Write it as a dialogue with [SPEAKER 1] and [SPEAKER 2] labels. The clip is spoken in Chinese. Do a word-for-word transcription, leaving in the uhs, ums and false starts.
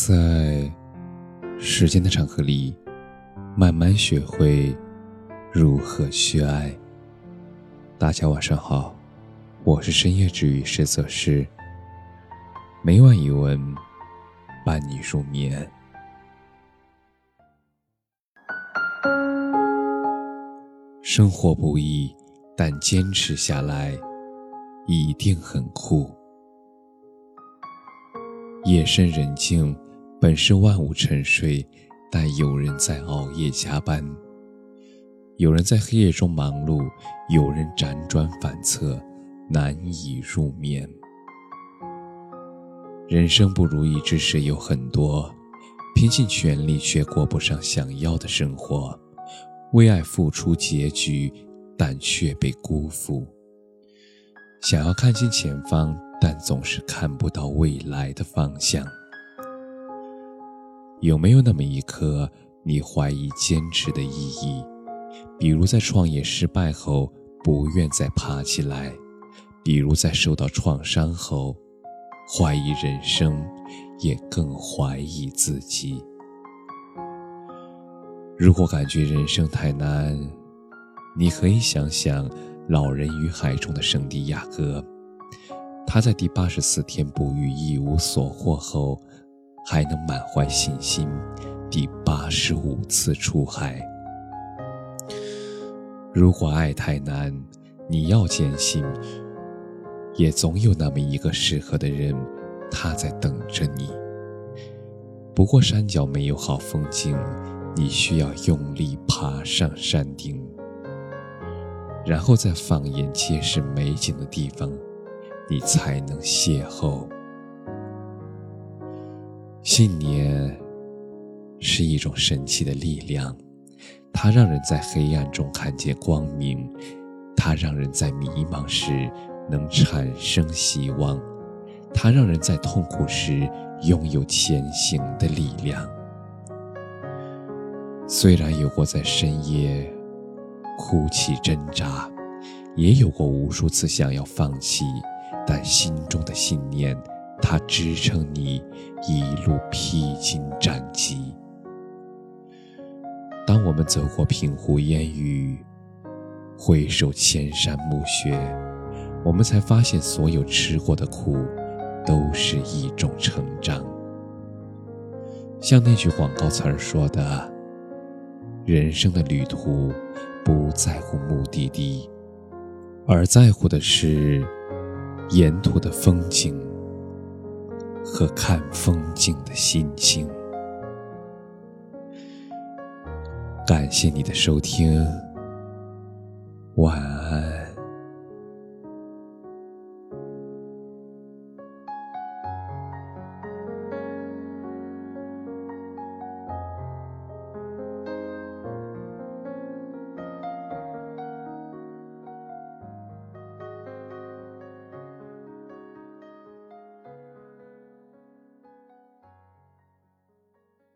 [SPEAKER 1] 在时间的长河里，慢慢学会如何去爱。大家晚上好，我是深夜治愈师则师，每晚一文伴你入眠。生活不易，但坚持下来一定很酷。夜深人静，本是万物沉睡，但有人在熬夜加班，有人在黑夜中忙碌，有人辗转反侧，难以入眠。人生不如意之事有很多，拼尽全力却过不上想要的生活，为爱付出结局，但却被辜负。想要看清前方，但总是看不到未来的方向。有没有那么一刻，你怀疑坚持的意义？比如在创业失败后，不愿再爬起来；比如在受到创伤后，怀疑人生，也更怀疑自己。如果感觉人生太难，你可以想想《老人与海》中的圣地亚哥，他在第八十四天捕鱼一无所获后，还能满怀信心第八十五次出海。如果爱太难，你要坚信，也总有那么一个适合的人，他在等着你。不过山脚没有好风景，你需要用力爬上山顶，然后在放眼皆是美景的地方，你才能邂逅。信念是一种神奇的力量，它让人在黑暗中看见光明，它让人在迷茫时能产生希望，它让人在痛苦时拥有前行的力量。虽然有过在深夜哭泣挣扎，也有过无数次想要放弃，但心中的信念，它支撑你一路披荆斩棘。当我们走过平湖烟雨，回首千山暮雪，我们才发现所有吃过的苦都是一种成长。像那句广告词儿说的，人生的旅途不在乎目的地，而在乎的是沿途的风景和看风景的心情。感谢你的收听，晚安。